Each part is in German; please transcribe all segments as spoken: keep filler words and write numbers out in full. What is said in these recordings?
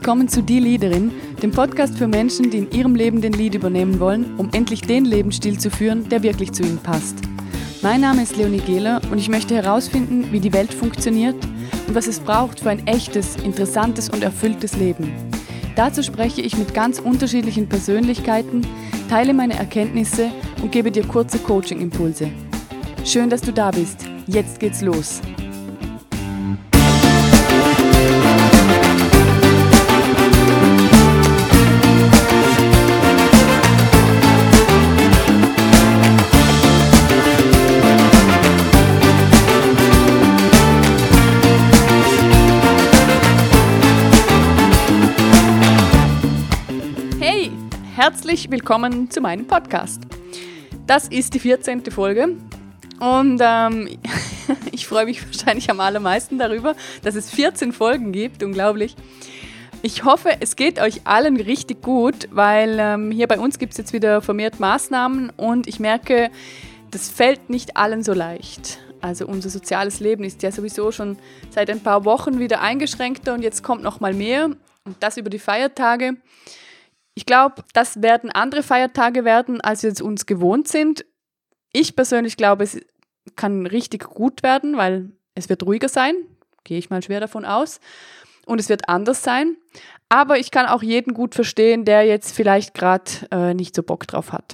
willkommen zu Die Leaderin, dem Podcast für Menschen, die in ihrem Leben den Lead übernehmen wollen, um endlich den Lebensstil zu führen, der wirklich zu ihnen passt. Mein Name ist Leonie Gehler und ich möchte herausfinden, wie die Welt funktioniert und was es braucht für ein echtes, interessantes und erfülltes Leben. Dazu spreche ich mit ganz unterschiedlichen Persönlichkeiten, teile meine Erkenntnisse und gebe dir kurze Coaching-Impulse. Schön, dass du da bist. Jetzt geht's los. Hey, herzlich willkommen zu meinem Podcast. Das ist die vierzehnte Folge und ähm, ich freue mich wahrscheinlich am allermeisten darüber, dass es vierzehn Folgen gibt, unglaublich. Ich hoffe, es geht euch allen richtig gut, weil ähm, hier bei uns gibt es jetzt wieder vermehrt Maßnahmen und ich merke, das fällt nicht allen so leicht. Also unser soziales Leben ist ja sowieso schon seit ein paar Wochen wieder eingeschränkter und jetzt kommt noch mal mehr und das über die Feiertage. Ich glaube, das werden andere Feiertage werden, als wir es uns gewohnt sind. Ich persönlich glaube, es kann richtig gut werden, weil es wird ruhiger sein, gehe ich mal schwer davon aus, und es wird anders sein. Aber ich kann auch jeden gut verstehen, der jetzt vielleicht gerade äh, nicht so Bock drauf hat.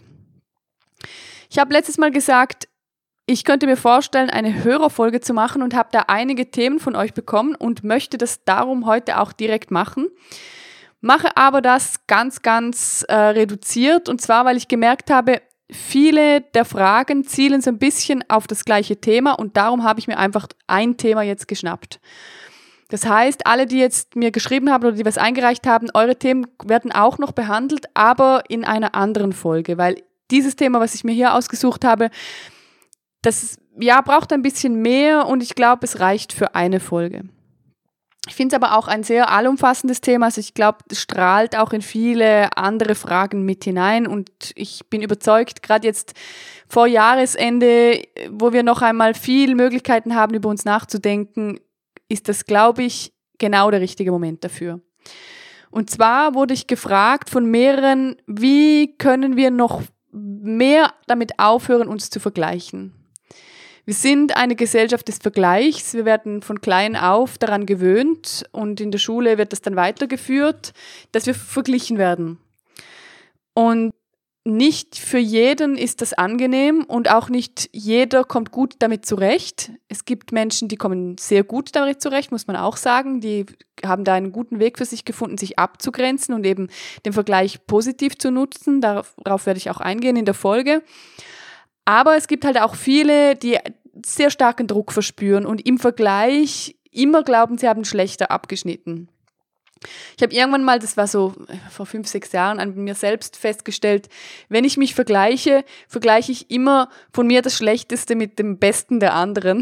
Ich habe letztes Mal gesagt, ich könnte mir vorstellen, eine Hörerfolge zu machen und habe da einige Themen von euch bekommen und möchte das darum heute auch direkt machen. Mache aber das ganz, ganz äh, reduziert und zwar, weil ich gemerkt habe, viele der Fragen zielen so ein bisschen auf das gleiche Thema und darum habe ich mir einfach ein Thema jetzt geschnappt. Das heißt, alle, die jetzt mir geschrieben haben oder die was eingereicht haben, eure Themen werden auch noch behandelt, aber in einer anderen Folge, weil dieses Thema, was ich mir hier ausgesucht habe, das ja, braucht ein bisschen mehr und ich glaube, es reicht für eine Folge. Ich finde es aber auch ein sehr allumfassendes Thema, also ich glaube, es strahlt auch in viele andere Fragen mit hinein und ich bin überzeugt, gerade jetzt vor Jahresende, wo wir noch einmal viele Möglichkeiten haben, über uns nachzudenken, ist das, glaube ich, genau der richtige Moment dafür. Und zwar wurde ich gefragt von mehreren, wie können wir noch mehr damit aufhören, uns zu vergleichen? Wir sind eine Gesellschaft des Vergleichs. Wir werden von klein auf daran gewöhnt und in der Schule wird das dann weitergeführt, dass wir verglichen werden. Und nicht für jeden ist das angenehm und auch nicht jeder kommt gut damit zurecht. Es gibt Menschen, die kommen sehr gut damit zurecht, muss man auch sagen. Die haben da einen guten Weg für sich gefunden, sich abzugrenzen und eben den Vergleich positiv zu nutzen. Darauf werde ich auch eingehen in der Folge. Aber es gibt halt auch viele, die sehr starken Druck verspüren und im Vergleich immer glauben, sie haben schlechter abgeschnitten. Ich habe irgendwann mal, das war so vor fünf, sechs Jahren, an mir selbst festgestellt, wenn ich mich vergleiche, vergleiche ich immer von mir das Schlechteste mit dem Besten der anderen.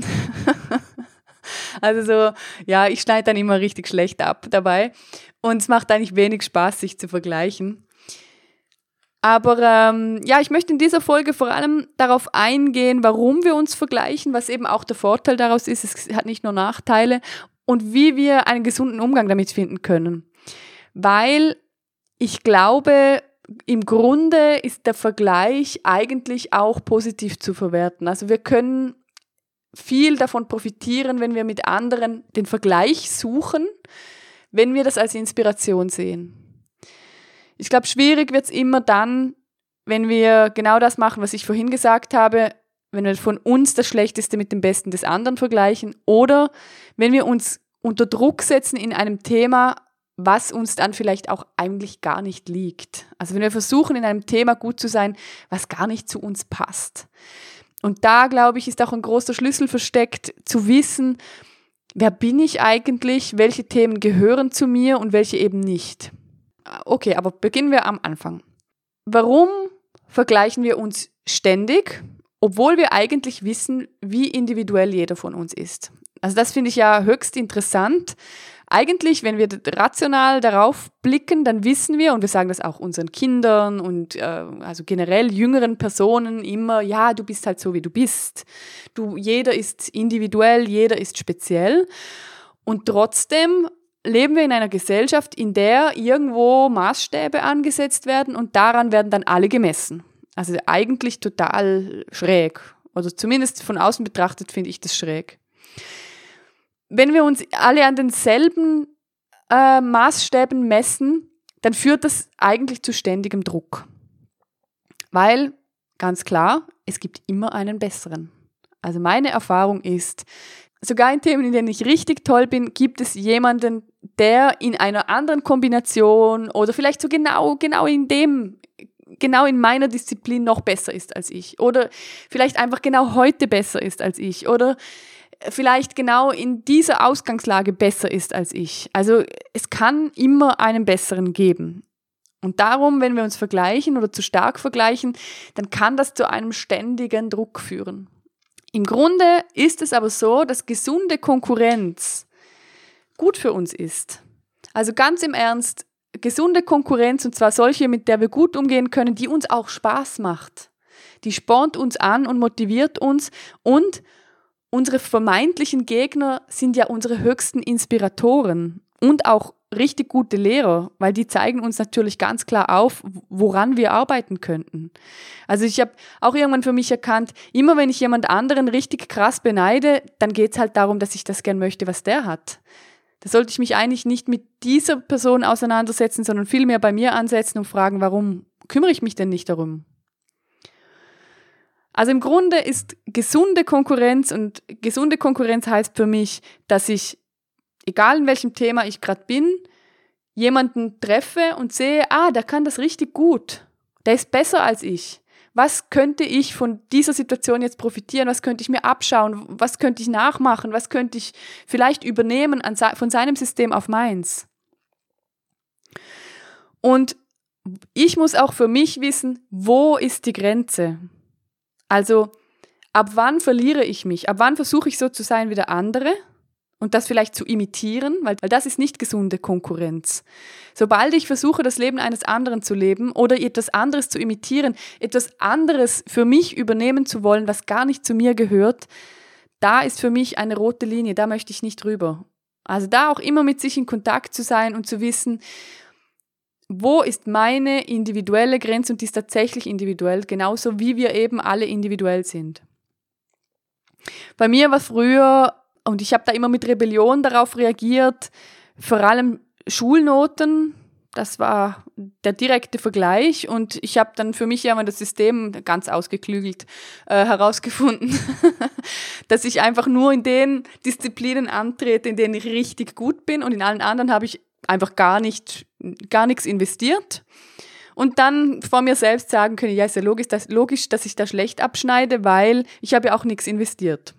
Also so, ja, ich schneide dann immer richtig schlecht ab dabei und es macht eigentlich wenig Spaß, sich zu vergleichen. Aber ähm, ja, ich möchte in dieser Folge vor allem darauf eingehen, warum wir uns vergleichen, was eben auch der Vorteil daraus ist, es hat nicht nur Nachteile und wie wir einen gesunden Umgang damit finden können. Weil ich glaube, im Grunde ist der Vergleich eigentlich auch positiv zu verwerten. Also wir können viel davon profitieren, wenn wir mit anderen den Vergleich suchen, wenn wir das als Inspiration sehen. Ich glaube, schwierig wird es immer dann, wenn wir genau das machen, was ich vorhin gesagt habe, wenn wir von uns das Schlechteste mit dem Besten des anderen vergleichen oder wenn wir uns unter Druck setzen in einem Thema, was uns dann vielleicht auch eigentlich gar nicht liegt. Also wenn wir versuchen, in einem Thema gut zu sein, was gar nicht zu uns passt. Und da, glaube ich, ist auch ein großer Schlüssel versteckt, zu wissen, wer bin ich eigentlich, welche Themen gehören zu mir und welche eben nicht. Okay, aber beginnen wir am Anfang. Warum vergleichen wir uns ständig, obwohl wir eigentlich wissen, wie individuell jeder von uns ist? Also das finde ich ja höchst interessant. Eigentlich, wenn wir rational darauf blicken, dann wissen wir, und wir sagen das auch unseren Kindern und äh, also generell jüngeren Personen immer, ja, du bist halt so, wie du bist. Du, jeder ist individuell, jeder ist speziell. Und trotzdem leben wir in einer Gesellschaft, in der irgendwo Maßstäbe angesetzt werden und daran werden dann alle gemessen. Also eigentlich total schräg. Oder zumindest von außen betrachtet finde ich das schräg. Wenn wir uns alle an denselben äh, Maßstäben messen, dann führt das eigentlich zu ständigem Druck. Weil, ganz klar, es gibt immer einen besseren. Also meine Erfahrung ist, sogar in Themen, in denen ich richtig toll bin, gibt es jemanden, der in einer anderen Kombination oder vielleicht so genau, genau in dem, genau in meiner Disziplin noch besser ist als ich. Oder vielleicht einfach genau heute besser ist als ich. Oder vielleicht genau in dieser Ausgangslage besser ist als ich. Also es kann immer einen besseren geben. Und darum, wenn wir uns vergleichen oder zu stark vergleichen, dann kann das zu einem ständigen Druck führen. Im Grunde ist es aber so, dass gesunde Konkurrenz gut für uns ist. Also ganz im Ernst, gesunde Konkurrenz, und zwar solche, mit der wir gut umgehen können, die uns auch Spaß macht. Die spornt uns an und motiviert uns, und unsere vermeintlichen Gegner sind ja unsere höchsten Inspiratoren und auch richtig gute Lehrer, weil die zeigen uns natürlich ganz klar auf, woran wir arbeiten könnten. Also ich habe auch irgendwann für mich erkannt, immer wenn ich jemand anderen richtig krass beneide, dann geht es halt darum, dass ich das gern möchte, was der hat. Da sollte ich mich eigentlich nicht mit dieser Person auseinandersetzen, sondern vielmehr bei mir ansetzen und fragen, warum kümmere ich mich denn nicht darum? Also im Grunde ist gesunde Konkurrenz, und gesunde Konkurrenz heißt für mich, dass ich, egal in welchem Thema ich gerade bin, jemanden treffe und sehe, ah, der kann das richtig gut, der ist besser als ich. Was könnte ich von dieser Situation jetzt profitieren? Was könnte ich mir abschauen? Was könnte ich nachmachen? Was könnte ich vielleicht übernehmen an, von seinem System auf meins? Und ich muss auch für mich wissen, wo ist die Grenze? Also, ab wann verliere ich mich? Ab wann versuche ich so zu sein wie der andere? Und das vielleicht zu imitieren, weil, weil das ist nicht gesunde Konkurrenz. Sobald ich versuche, das Leben eines anderen zu leben oder etwas anderes zu imitieren, etwas anderes für mich übernehmen zu wollen, was gar nicht zu mir gehört, da ist für mich eine rote Linie, da möchte ich nicht drüber. Also da auch immer mit sich in Kontakt zu sein und zu wissen, wo ist meine individuelle Grenze, und die ist tatsächlich individuell, genauso wie wir eben alle individuell sind. Bei mir war früher, und ich habe da immer mit Rebellion darauf reagiert, vor allem Schulnoten, das war der direkte Vergleich, und ich habe dann für mich ja mal das System ganz ausgeklügelt äh, herausgefunden, dass ich einfach nur in den Disziplinen antrete, in denen ich richtig gut bin, und in allen anderen habe ich einfach gar nicht, gar nichts investiert. Und dann vor mir selbst sagen können, ja, ist ja logisch, dass, logisch, dass ich da schlecht abschneide, weil ich habe ja auch nichts investiert.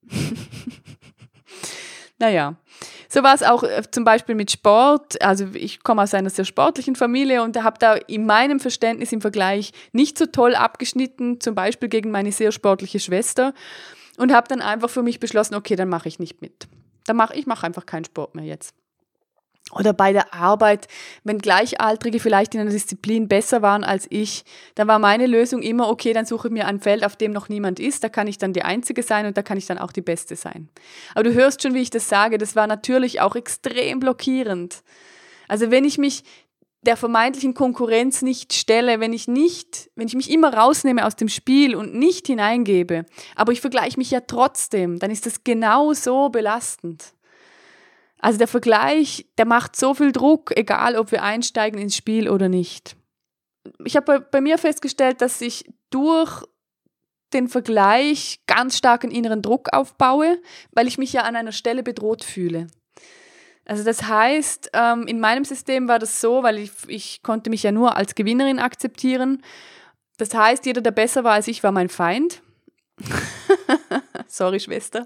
Naja, so war es auch zum Beispiel mit Sport. Also ich komme aus einer sehr sportlichen Familie und habe da in meinem Verständnis im Vergleich nicht so toll abgeschnitten, zum Beispiel gegen meine sehr sportliche Schwester, und habe dann einfach für mich beschlossen, okay, dann mache ich nicht mit. Dann mache ich mache einfach keinen Sport mehr jetzt. Oder bei der Arbeit, wenn Gleichaltrige vielleicht in einer Disziplin besser waren als ich, dann war meine Lösung immer, okay, dann suche ich mir ein Feld, auf dem noch niemand ist, da kann ich dann die Einzige sein und da kann ich dann auch die Beste sein. Aber du hörst schon, wie ich das sage, das war natürlich auch extrem blockierend. Also wenn ich mich der vermeintlichen Konkurrenz nicht stelle, wenn ich nicht, wenn ich mich immer rausnehme aus dem Spiel und nicht hineingebe, aber ich vergleiche mich ja trotzdem, dann ist das genau so belastend. Also der Vergleich, der macht so viel Druck, egal ob wir einsteigen ins Spiel oder nicht. Ich habe bei, bei mir festgestellt, dass ich durch den Vergleich ganz starken inneren Druck aufbaue, weil ich mich ja an einer Stelle bedroht fühle. Also das heißt, ähm, in meinem System war das so, weil ich, ich konnte mich ja nur als Gewinnerin akzeptieren. Das heißt, jeder, der besser war als ich, war mein Feind. Sorry, Schwester.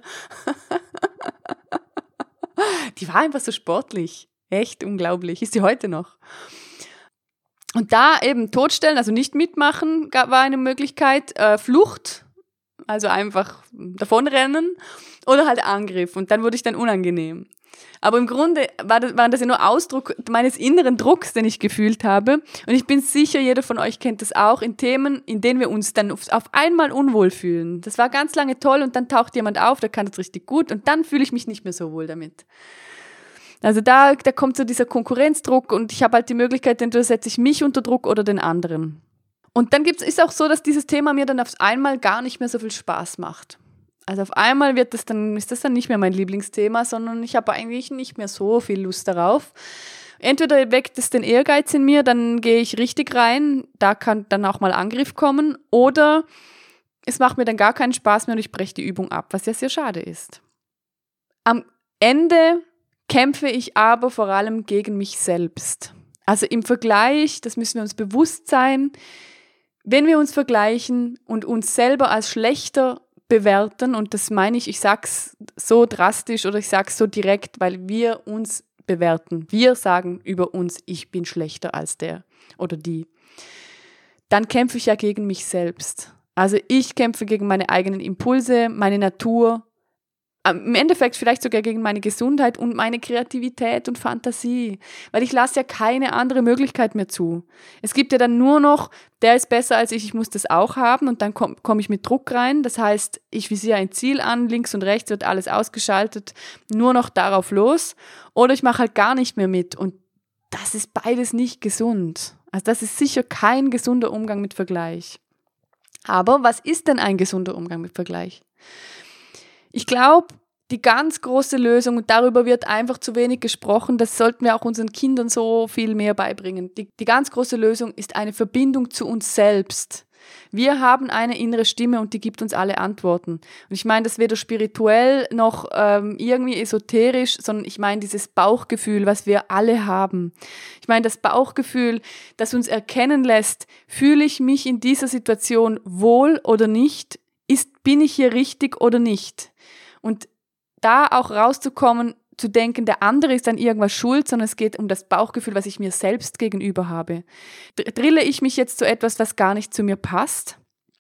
Die war einfach so sportlich. Echt unglaublich. Ist sie heute noch. Und da eben totstellen, also nicht mitmachen, war eine Möglichkeit. Äh, Flucht, also einfach davonrennen, oder halt Angriff. Und dann wurde ich dann unangenehm. Aber im Grunde war das, war das ja nur Ausdruck meines inneren Drucks, den ich gefühlt habe. Und ich bin sicher, jeder von euch kennt das auch, in Themen, in denen wir uns dann auf, auf einmal unwohl fühlen. Das war ganz lange toll und dann taucht jemand auf, der kann das richtig gut und dann fühle ich mich nicht mehr so wohl damit. Also da, da kommt so dieser Konkurrenzdruck und ich habe halt die Möglichkeit, entweder setze ich mich unter Druck oder den anderen. Und dann gibt's, ist auch so, dass dieses Thema mir dann auf einmal gar nicht mehr so viel Spaß macht. Also auf einmal wird das dann, ist das dann nicht mehr mein Lieblingsthema, sondern ich habe eigentlich nicht mehr so viel Lust darauf. Entweder weckt es den Ehrgeiz in mir, dann gehe ich richtig rein, da kann dann auch mal Angriff kommen, oder es macht mir dann gar keinen Spaß mehr und ich breche die Übung ab, was ja sehr schade ist. Am Ende kämpfe ich aber vor allem gegen mich selbst. Also im Vergleich, das müssen wir uns bewusst sein, wenn wir uns vergleichen und uns selber als schlechter bewerten, und das meine ich, ich sag's so drastisch oder ich sag's so direkt, weil wir uns bewerten. Wir sagen über uns, ich bin schlechter als der oder die. Dann kämpfe ich ja gegen mich selbst. Also ich kämpfe gegen meine eigenen Impulse, meine Natur, im Endeffekt vielleicht sogar gegen meine Gesundheit und meine Kreativität und Fantasie, weil ich lasse ja keine andere Möglichkeit mehr zu. Es gibt ja dann nur noch, der ist besser als ich, ich muss das auch haben, und dann komme komm ich mit Druck rein. Das heißt, ich visiere ein Ziel an, links und rechts wird alles ausgeschaltet, nur noch darauf los, oder ich mache halt gar nicht mehr mit, und das ist beides nicht gesund. Also das ist sicher kein gesunder Umgang mit Vergleich. Aber was ist denn ein gesunder Umgang mit Vergleich? Ich glaube, die ganz große Lösung, und darüber wird einfach zu wenig gesprochen, das sollten wir auch unseren Kindern so viel mehr beibringen. Die, die ganz große Lösung ist eine Verbindung zu uns selbst. Wir haben eine innere Stimme und die gibt uns alle Antworten. Und ich meine das weder spirituell noch ähm, irgendwie esoterisch, sondern ich meine dieses Bauchgefühl, was wir alle haben. Ich meine das Bauchgefühl, das uns erkennen lässt, fühle ich mich in dieser Situation wohl oder nicht? Ist, bin ich hier richtig oder nicht? Und da auch rauszukommen, zu denken, der andere ist an irgendwas schuld, sondern es geht um das Bauchgefühl, was ich mir selbst gegenüber habe. Drille ich mich jetzt zu etwas, was gar nicht zu mir passt?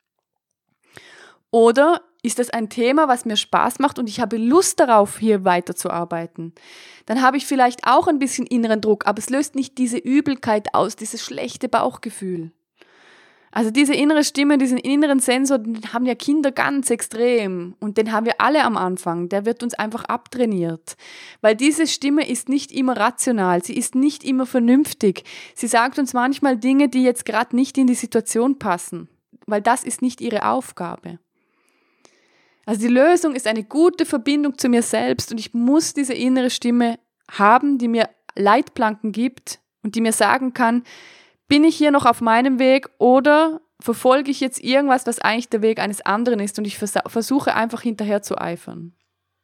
Oder ist das ein Thema, was mir Spaß macht und ich habe Lust darauf, hier weiterzuarbeiten? Dann habe ich vielleicht auch ein bisschen inneren Druck, aber es löst nicht diese Übelkeit aus, dieses schlechte Bauchgefühl. Also diese innere Stimme, diesen inneren Sensor, den haben ja Kinder ganz extrem, und den haben wir alle am Anfang. Der wird uns einfach abtrainiert, weil diese Stimme ist nicht immer rational, sie ist nicht immer vernünftig. Sie sagt uns manchmal Dinge, die jetzt gerade nicht in die Situation passen, weil das ist nicht ihre Aufgabe. Also die Lösung ist eine gute Verbindung zu mir selbst, und ich muss diese innere Stimme haben, die mir Leitplanken gibt und die mir sagen kann, bin ich hier noch auf meinem Weg oder verfolge ich jetzt irgendwas, was eigentlich der Weg eines anderen ist, und ich vers- versuche einfach hinterher zu eifern.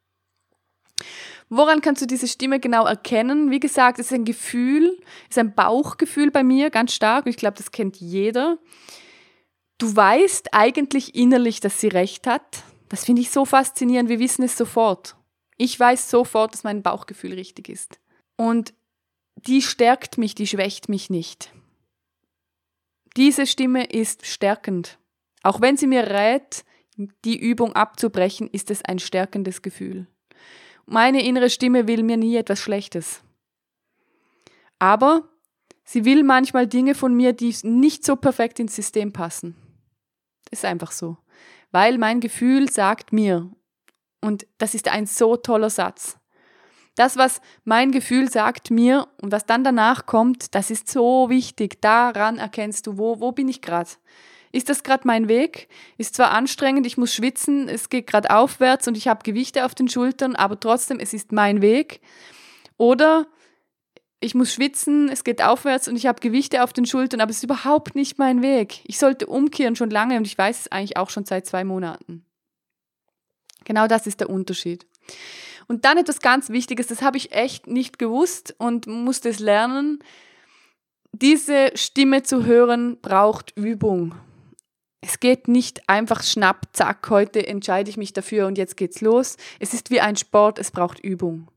Woran kannst du diese Stimme genau erkennen? Wie gesagt, es ist ein Gefühl, es ist ein Bauchgefühl bei mir, ganz stark, und ich glaube, das kennt jeder. Du weißt eigentlich innerlich, dass sie recht hat. Das finde ich so faszinierend, wir wissen es sofort. Ich weiß sofort, dass mein Bauchgefühl richtig ist. Und die stärkt mich, die schwächt mich nicht. Diese Stimme ist stärkend. Auch wenn sie mir rät, die Übung abzubrechen, ist es ein stärkendes Gefühl. Meine innere Stimme will mir nie etwas Schlechtes. Aber sie will manchmal Dinge von mir, die nicht so perfekt ins System passen. Das ist einfach so. Weil mein Gefühl sagt mir, und das ist ein so toller Satz, das, was mein Gefühl sagt mir und was dann danach kommt, das ist so wichtig. Daran erkennst du, wo, wo bin ich gerade? Ist das gerade mein Weg? Ist zwar anstrengend, ich muss schwitzen, es geht gerade aufwärts und ich habe Gewichte auf den Schultern, aber trotzdem, es ist mein Weg. Oder ich muss schwitzen, es geht aufwärts und ich habe Gewichte auf den Schultern, aber es ist überhaupt nicht mein Weg. Ich sollte umkehren schon lange, und ich weiß es eigentlich auch schon seit zwei Monaten. Genau das ist der Unterschied. Und dann etwas ganz Wichtiges, das habe ich echt nicht gewusst und musste es lernen. Diese Stimme zu hören braucht Übung. Es geht nicht einfach schnapp, zack, heute entscheide ich mich dafür und jetzt geht's los. Es ist wie ein Sport, es braucht Übung.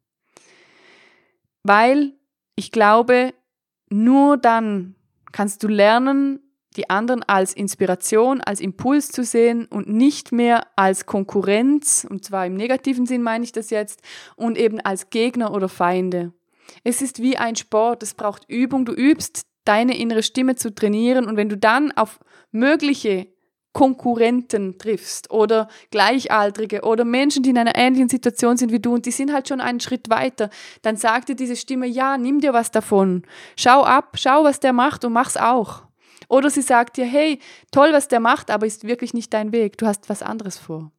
Weil ich glaube, nur dann kannst du lernen, die anderen als Inspiration, als Impuls zu sehen und nicht mehr als Konkurrenz, und zwar im negativen Sinn meine ich das jetzt, und eben als Gegner oder Feinde. Es ist wie ein Sport, es braucht Übung, du übst, deine innere Stimme zu trainieren, und wenn du dann auf mögliche Konkurrenten triffst oder Gleichaltrige oder Menschen, die in einer ähnlichen Situation sind wie du und die sind halt schon einen Schritt weiter, dann sagt dir diese Stimme, ja, nimm dir was davon. Schau ab, schau, was der macht und mach's auch. Oder sie sagt dir, hey, toll, was der macht, aber ist wirklich nicht dein Weg. Du hast was anderes vor.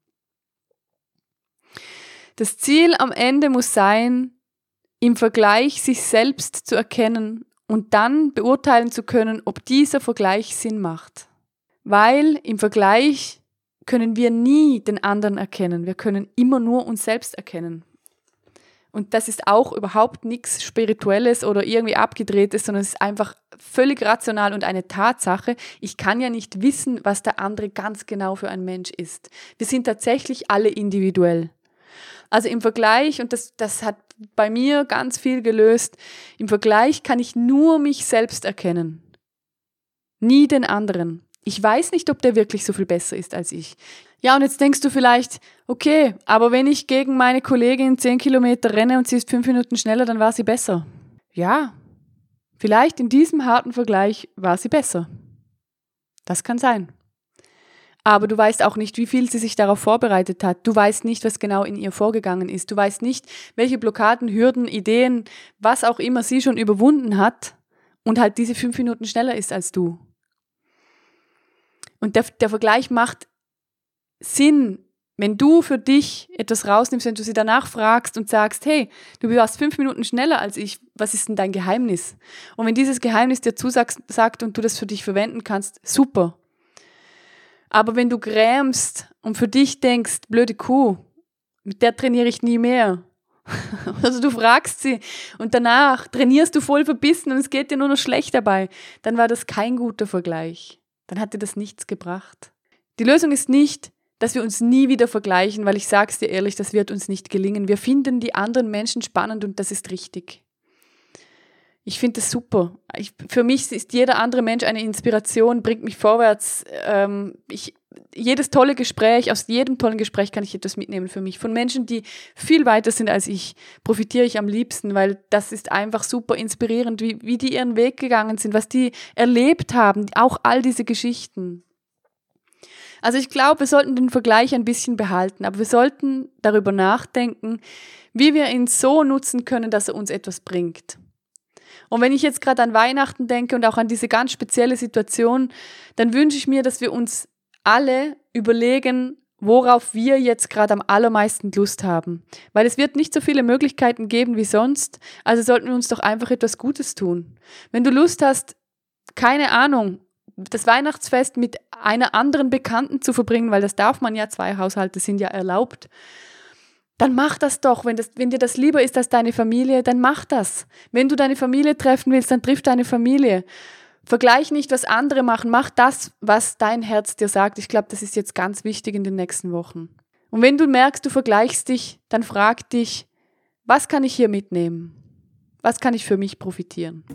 Das Ziel am Ende muss sein, im Vergleich sich selbst zu erkennen und dann beurteilen zu können, ob dieser Vergleich Sinn macht. Weil im Vergleich können wir nie den anderen erkennen. Wir können immer nur uns selbst erkennen. Und das ist auch überhaupt nichts Spirituelles oder irgendwie Abgedrehtes, sondern es ist einfach völlig rational und eine Tatsache. Ich kann ja nicht wissen, was der andere ganz genau für ein Mensch ist. Wir sind tatsächlich alle individuell. Also im Vergleich, und das, das hat bei mir ganz viel gelöst, im Vergleich kann ich nur mich selbst erkennen. Nie den anderen. Ich weiß nicht, ob der wirklich so viel besser ist als ich. Ja, und jetzt denkst du vielleicht, okay, aber wenn ich gegen meine Kollegin zehn Kilometer renne und sie ist fünf Minuten schneller, dann war sie besser. Ja, vielleicht in diesem harten Vergleich war sie besser. Das kann sein. Aber du weißt auch nicht, wie viel sie sich darauf vorbereitet hat. Du weißt nicht, was genau in ihr vorgegangen ist. Du weißt nicht, welche Blockaden, Hürden, Ideen, was auch immer sie schon überwunden hat und halt diese fünf Minuten schneller ist als du. Und der, der Vergleich macht Sinn, wenn du für dich etwas rausnimmst, wenn du sie danach fragst und sagst, hey, du warst fünf Minuten schneller als ich, was ist denn dein Geheimnis? Und wenn dieses Geheimnis dir zusagt sagt und du das für dich verwenden kannst, super. Aber wenn du grämst und für dich denkst, blöde Kuh, mit der trainiere ich nie mehr. Also du fragst sie und danach trainierst du voll verbissen und es geht dir nur noch schlecht dabei, dann war das kein guter Vergleich. Dann hat dir das nichts gebracht. Die Lösung ist nicht, dass wir uns nie wieder vergleichen, weil ich sag's dir ehrlich, das wird uns nicht gelingen. Wir finden die anderen Menschen spannend und das ist richtig. Ich finde das super. Ich, für mich ist jeder andere Mensch eine Inspiration, bringt mich vorwärts. Ähm, ich, jedes tolle Gespräch, aus jedem tollen Gespräch kann ich etwas mitnehmen für mich. Von Menschen, die viel weiter sind als ich, profitiere ich am liebsten, weil das ist einfach super inspirierend, wie, wie die ihren Weg gegangen sind, was die erlebt haben, auch all diese Geschichten. Also ich glaube, wir sollten den Vergleich ein bisschen behalten, aber wir sollten darüber nachdenken, wie wir ihn so nutzen können, dass er uns etwas bringt. Und wenn ich jetzt gerade an Weihnachten denke und auch an diese ganz spezielle Situation, dann wünsche ich mir, dass wir uns alle überlegen, worauf wir jetzt gerade am allermeisten Lust haben. Weil es wird nicht so viele Möglichkeiten geben wie sonst, also sollten wir uns doch einfach etwas Gutes tun. Wenn du Lust hast, keine Ahnung, das Weihnachtsfest mit einer anderen Bekannten zu verbringen, weil das darf man ja, zwei Haushalte sind ja erlaubt, dann mach das doch. Wenn, das, wenn dir das lieber ist als deine Familie, dann mach das. Wenn du deine Familie treffen willst, dann triff deine Familie. Vergleich nicht, was andere machen. Mach das, was dein Herz dir sagt. Ich glaube, das ist jetzt ganz wichtig in den nächsten Wochen. Und wenn du merkst, du vergleichst dich, dann frag dich, was kann ich hier mitnehmen? Was kann ich für mich profitieren?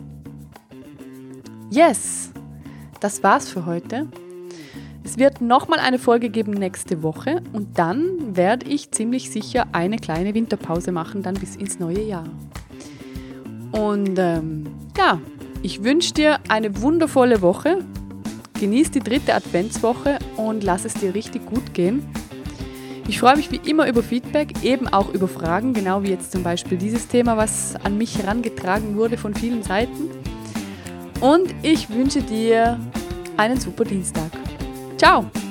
Yes, das war's für heute. Es wird nochmal eine Folge geben nächste Woche und dann werde ich ziemlich sicher eine kleine Winterpause machen, dann bis ins neue Jahr. Und ähm, ja, ich wünsche dir eine wundervolle Woche. Genieß die dritte Adventswoche und lass es dir richtig gut gehen. Ich freue mich wie immer über Feedback, eben auch über Fragen, genau wie jetzt zum Beispiel dieses Thema, was an mich herangetragen wurde von vielen Seiten. Und ich wünsche dir einen super Dienstag. Ciao!